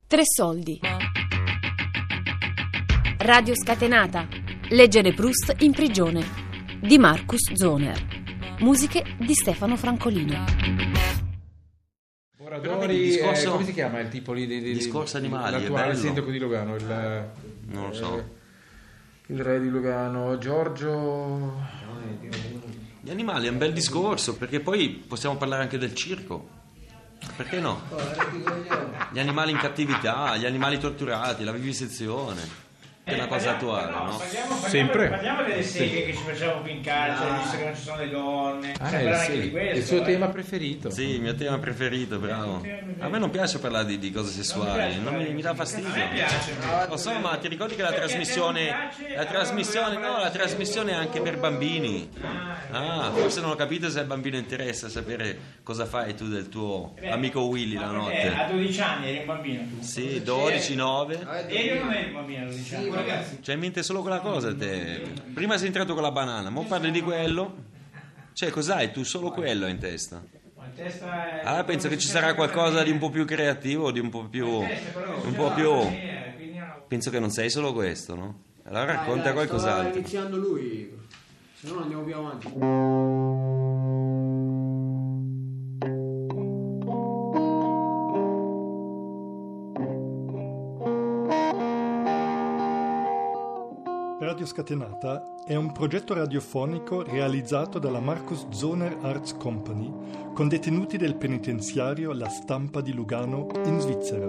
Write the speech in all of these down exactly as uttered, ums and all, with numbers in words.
Tre soldi. Radio Scatenata. Leggere Proust in prigione di Marcus Zohner. Musiche di Stefano Francolino. Oradori, discorso, eh, come si chiama il tipo lì di, di discorso animali? L'attuale sindaco di Lugano, il, non lo so. Eh, il re di Lugano, Giorgio. Gli animali è un bel discorso, perché poi possiamo parlare anche del circo. Perché no? Gli animali in cattività, gli animali torturati, la vivisezione. È una cosa attuale, no? no? Parliamo, parliamo, Sempre. Parliamo delle seghe che ci facevamo qui in carcere, visto che non ci sono le donne. Ah, eh, sì. Di questo, il suo eh. tema preferito. Sì, il mio tema preferito, bravo. A me non piace parlare di, di cose sessuali, non mi, mi dà fastidio. A me piace. Lo so, ma ti ricordi che la trasmissione, la trasmissione, no, la trasmissione è anche per bambini. Ah, forse non ho capito se al bambino interessa sapere cosa fai tu del tuo amico Willy la Eh, a notte. dodici anni eri un bambino. Sì, dodici, nove. E io non ero un bambino a dodici anni. Ragazzi. C'hai in mente solo quella cosa te. Prima sei entrato con la banana, mo parli di quello. Cioè, cos'hai tu? Solo quello in testa. Ah, penso che ci sarà qualcosa di un po' più creativo, di un po' più un po' più penso che non sei solo questo, no? Allora racconta dai, qualcos'altro. Sta iniziando lui, se no andiamo più avanti. Radio Scatenata è un progetto radiofonico realizzato dalla Marcus Zohner Arts Company con detenuti del penitenziario La Stampa di Lugano in Svizzera.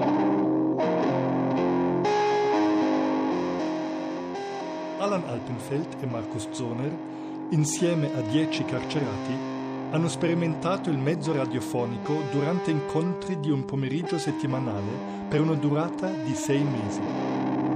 Alan Alpenfeld e Marcus Zohner, insieme a dieci carcerati, hanno sperimentato il mezzo radiofonico durante incontri di un pomeriggio settimanale per una durata di sei mesi.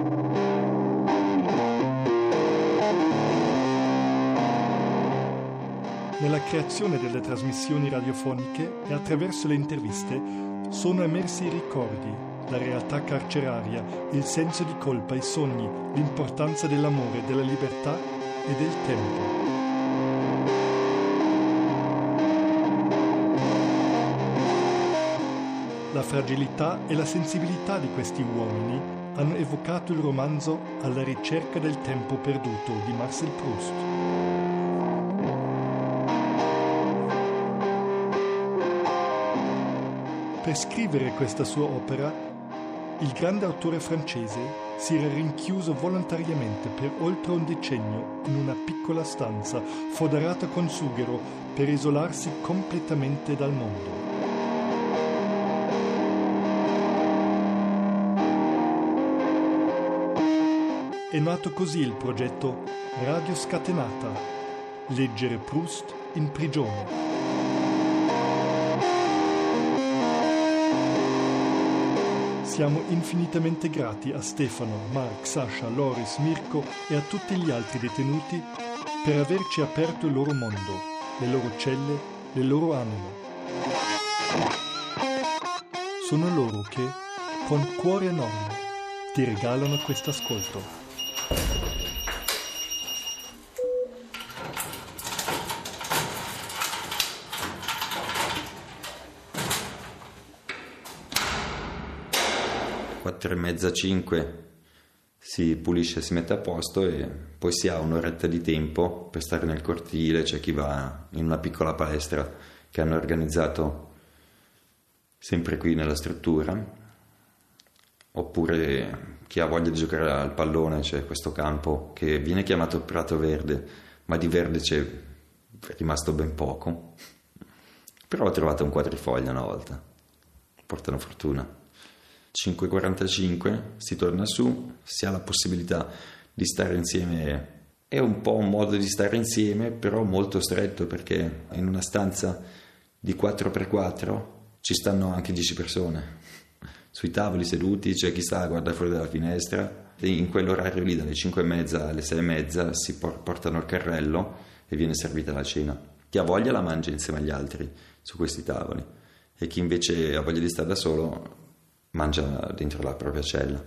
Nella creazione delle trasmissioni radiofoniche e attraverso le interviste sono emersi i ricordi, la realtà carceraria, il senso di colpa, i sogni, l'importanza dell'amore, della libertà e del tempo. La fragilità e la sensibilità di questi uomini hanno evocato il romanzo Alla ricerca del tempo perduto di Marcel Proust. Per scrivere questa sua opera, il grande autore francese si era rinchiuso volontariamente per oltre un decennio in una piccola stanza foderata con sughero per isolarsi completamente dal mondo. È nato così il progetto Radio Scatenata, leggere Proust in prigione. Siamo infinitamente grati a Stefano, Mark, Sasha, Loris, Mirko e a tutti gli altri detenuti per averci aperto il loro mondo, le loro celle, le loro anime. Sono loro che, con cuore enorme, ti regalano questo ascolto. Quattro e mezza, cinque si pulisce, si mette a posto e poi si ha un'oretta di tempo per stare nel cortile. C'è chi va in una piccola palestra che hanno organizzato sempre qui nella struttura, oppure chi ha voglia di giocare al pallone. C'è questo campo che viene chiamato Prato Verde, ma di verde c'è rimasto ben poco, però ho trovato un quadrifoglio una volta, portano fortuna. cinque e quarantacinque si torna su, si ha la possibilità di stare insieme. È un po' un modo di stare insieme, però molto stretto, perché in una stanza di quattro per quattro ci stanno anche dieci persone. Sui tavoli seduti c'è chi sta a guardare fuori dalla finestra. E in quell'orario lì, dalle cinque e mezza alle sei e mezza, si portano il carrello e viene servita la cena. Chi ha voglia la mangia insieme agli altri su questi tavoli, e chi invece ha voglia di stare da solo mangia dentro la propria cella.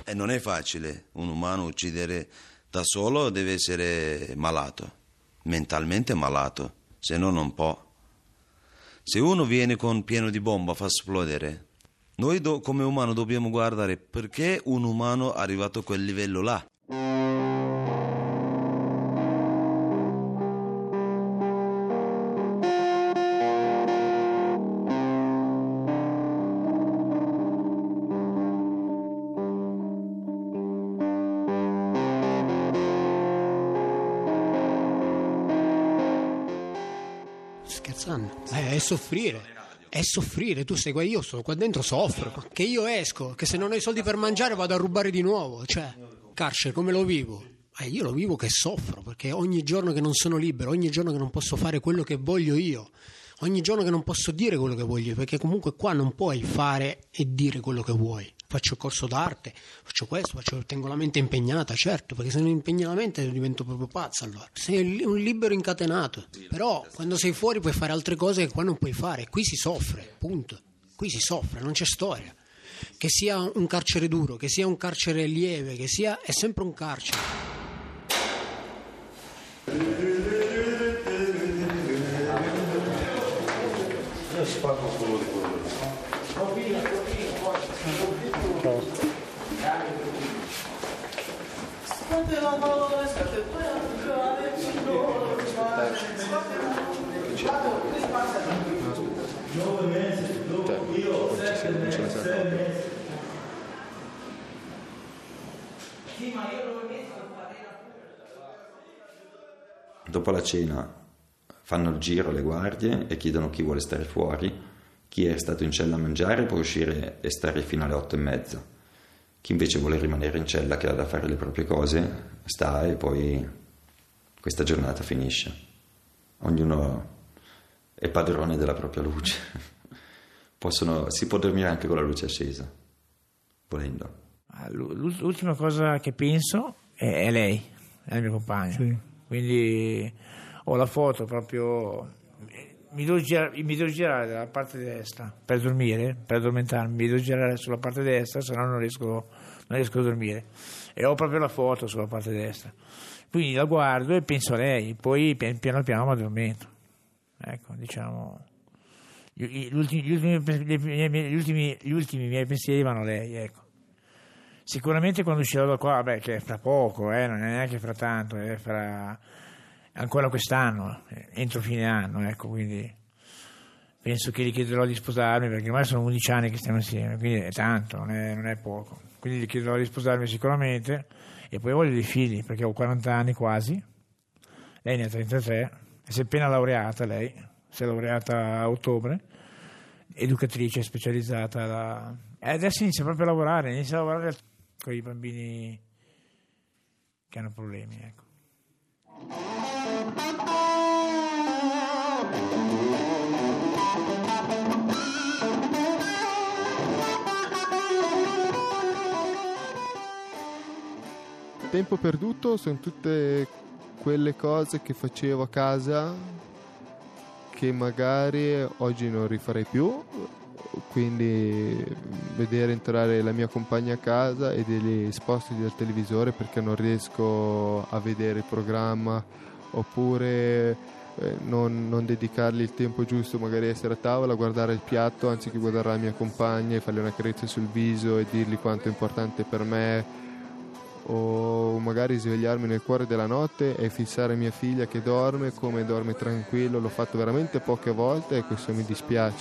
E non è facile un umano uccidere da solo, deve essere malato, mentalmente malato, se no non può. Se uno viene con pieno di bomba fa esplodere, noi do, come umano dobbiamo guardare perché un umano è arrivato a quel livello là. Scherzando, eh, è soffrire, è soffrire. Tu sai, io sto qua dentro, soffro, che io esco, che se non ho i soldi per mangiare vado a rubare di nuovo. Cioè, carcere come lo vivo? Eh, io lo vivo che soffro, perché ogni giorno che non sono libero, ogni giorno che non posso fare quello che voglio io, ogni giorno che non posso dire quello che voglio, perché comunque qua non puoi fare e dire quello che vuoi. Faccio il corso d'arte, faccio questo, faccio, tengo la mente impegnata, certo, perché se non impegno la mente divento proprio pazzo allora. Sei un libero incatenato, però quando sei fuori puoi fare altre cose che qua non puoi fare, qui si soffre, punto. Qui si soffre, non c'è storia. Che sia un carcere duro, che sia un carcere lieve, che sia, è sempre un carcere. Io spacco solo di quello. Dopo la cena fanno il giro le guardie e chiedono chi vuole stare fuori. Chi è stato in cella a mangiare può uscire e stare fino alle otto e mezza. Chi invece vuole rimanere in cella, che ha da fare le proprie cose, sta e poi questa giornata finisce. Ognuno è padrone della propria luce. Possono, si può dormire anche con la luce accesa, volendo. L'ultima cosa che penso è, è lei, è la mia compagna. Sì. Quindi ho la foto proprio... Mi devo, girare, mi devo girare dalla parte destra per dormire, per addormentarmi, mi devo girare sulla parte destra, se no non riesco, non riesco a dormire. E ho proprio la foto sulla parte destra. Quindi la guardo e penso a lei, poi pian piano piano mi addormento. Ecco, diciamo, gli ultimi, gli ultimi, gli ultimi, gli ultimi miei pensieri vanno a lei, ecco. Sicuramente quando uscirò da qua, beh, che è fra poco, eh, non è neanche fra tanto, è fra... ancora quest'anno, entro fine anno, ecco, quindi penso che gli chiederò di sposarmi, perché ormai sono undici anni che stiamo insieme, quindi è tanto, non è, non è poco. Quindi gli chiederò di sposarmi sicuramente, e poi voglio dei figli, perché ho quaranta anni quasi, lei ne ha trentatré, e si è appena laureata lei, si è laureata a ottobre, educatrice specializzata, da... e adesso inizia proprio a lavorare, inizia a lavorare con i bambini che hanno problemi, ecco. Tempo perduto sono tutte quelle cose che facevo a casa che magari oggi non rifarei più, quindi vedere entrare la mia compagna a casa e degli sposti del televisore perché non riesco a vedere il programma, oppure eh, non, non dedicargli il tempo giusto, magari essere a tavola, guardare il piatto anziché guardare la mia compagna e farle una carezza sul viso e dirgli quanto è importante per me, o magari svegliarmi nel cuore della notte e fissare mia figlia che dorme come dorme tranquillo. L'ho fatto veramente poche volte e questo mi dispiace.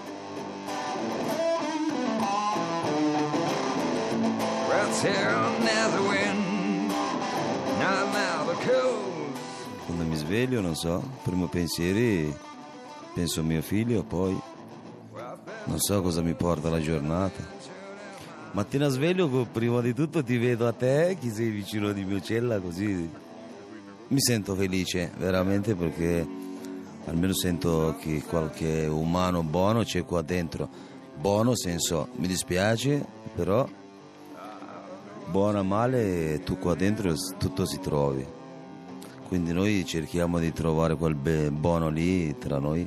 Quando mi sveglio, non so, primo pensieri penso a mio figlio, poi non so cosa mi porta la giornata. Mattina sveglio, prima di tutto ti vedo a te, chi sei vicino di mia cella, così mi sento felice veramente, perché almeno sento che qualche umano buono c'è qua dentro. Buono senso, mi dispiace, però buono o male tu qua dentro tutto si trovi, quindi noi cerchiamo di trovare quel buono lì tra noi.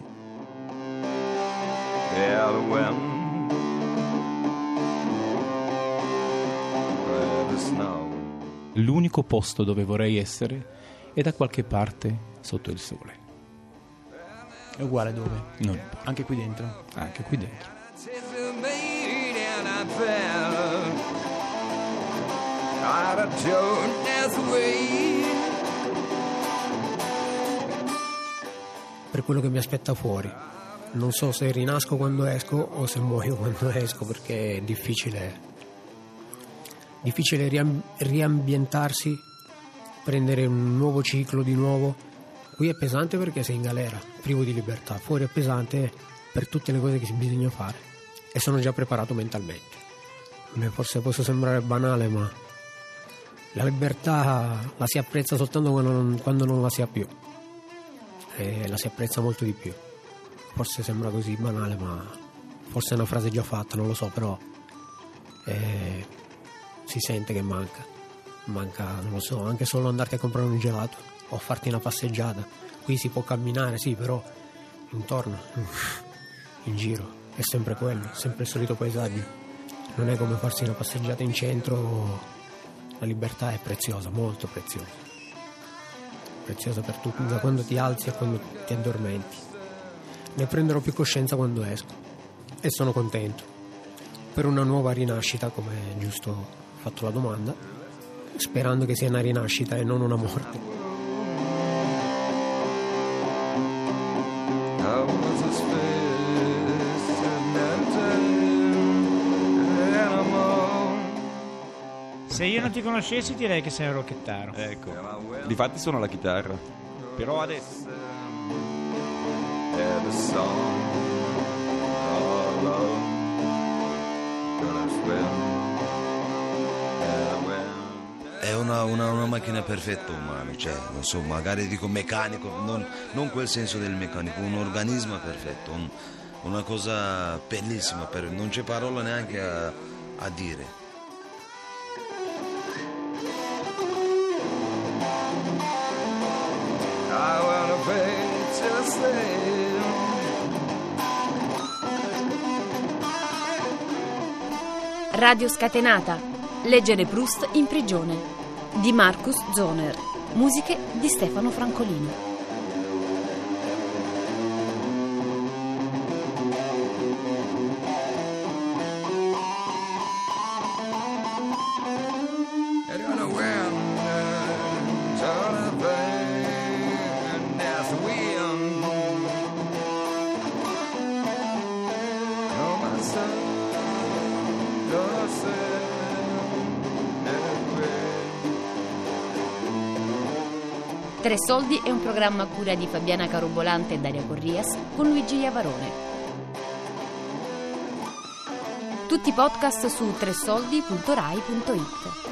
Yeah, L'unico posto dove vorrei essere è da qualche parte sotto il sole. È uguale dove? Non importa. Anche qui dentro? Anche qui dentro. Per quello che mi aspetta fuori. Non so se rinasco quando esco o se muoio quando esco, perché è difficile difficile riam- riambientarsi, prendere un nuovo ciclo di nuovo. Qui è pesante perché sei in galera, privo di libertà. Fuori è pesante per tutte le cose che bisogna fare e sono già preparato mentalmente. Forse posso sembrare banale, ma la libertà la si apprezza soltanto quando non, quando non la si ha più, e la si apprezza molto di più. Forse sembra così banale, ma forse è una frase già fatta, non lo so, però eh, si sente che manca manca, non lo so, anche solo andarti a comprare un gelato o farti una passeggiata. Qui si può camminare, sì, però intorno, in giro, è sempre quello, sempre il solito paesaggio. Non è come farsi una passeggiata in centro. La libertà è preziosa, molto preziosa, preziosa per tutti, da quando ti alzi a quando ti addormenti. Ne prenderò più coscienza quando esco e sono contento per una nuova rinascita, come è giusto fatto la domanda, sperando che sia una rinascita e non una morte. Se io non ti conoscessi direi che sei un rocchettaro. Ecco, difatti suono la chitarra. Però adesso è una, una, una macchina perfetta umana, cioè, non so, magari dico meccanico, non, non quel senso del meccanico, un organismo perfetto, un, una cosa bellissima, per, non c'è parola neanche a, a dire. Radio Scatenata. Leggere Proust in prigione di Marcus Zohner. Musiche di Stefano Francolini. Tre Soldi è un programma a cura di Fabiana Carobolante e Daria Corrias con Luigi Iavarone. Tutti i podcast su tre soldi punto rai punto it.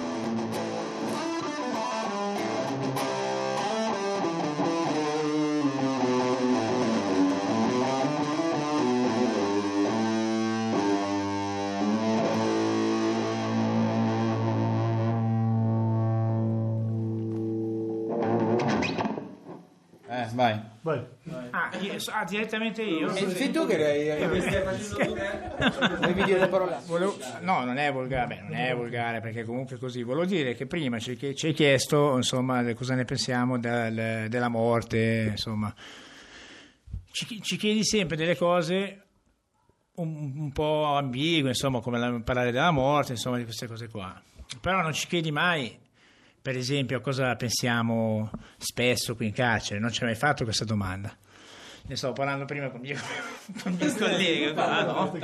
Vai. Vai. Ah, io, ah, direttamente io? E sei tu che lei devi dire le parole. Volevo, no, non è volgare, beh, non è volgare perché comunque così. Volevo dire che prima ci, ci hai chiesto, insomma, cosa ne pensiamo del, della morte, insomma. Ci, ci chiedi sempre delle cose un, un po' ambigue, insomma, come la, parlare della morte, insomma, di queste cose qua. Però non ci chiedi mai, per esempio, a cosa pensiamo spesso qui in carcere. Non ci hai mai fatto questa domanda. Ne stavo parlando prima con mio, con mio collega qua, no?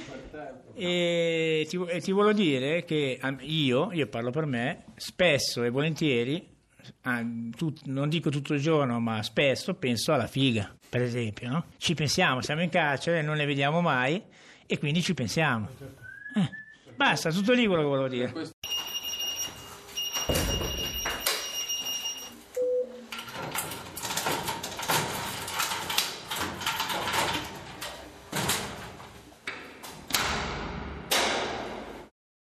E ti, e ti voglio dire che io, io parlo per me, spesso e volentieri, non dico tutto il giorno, ma spesso penso alla figa, per esempio, no? Ci pensiamo, siamo in carcere, non le vediamo mai e quindi ci pensiamo. Eh, basta, tutto lì quello che volevo dire.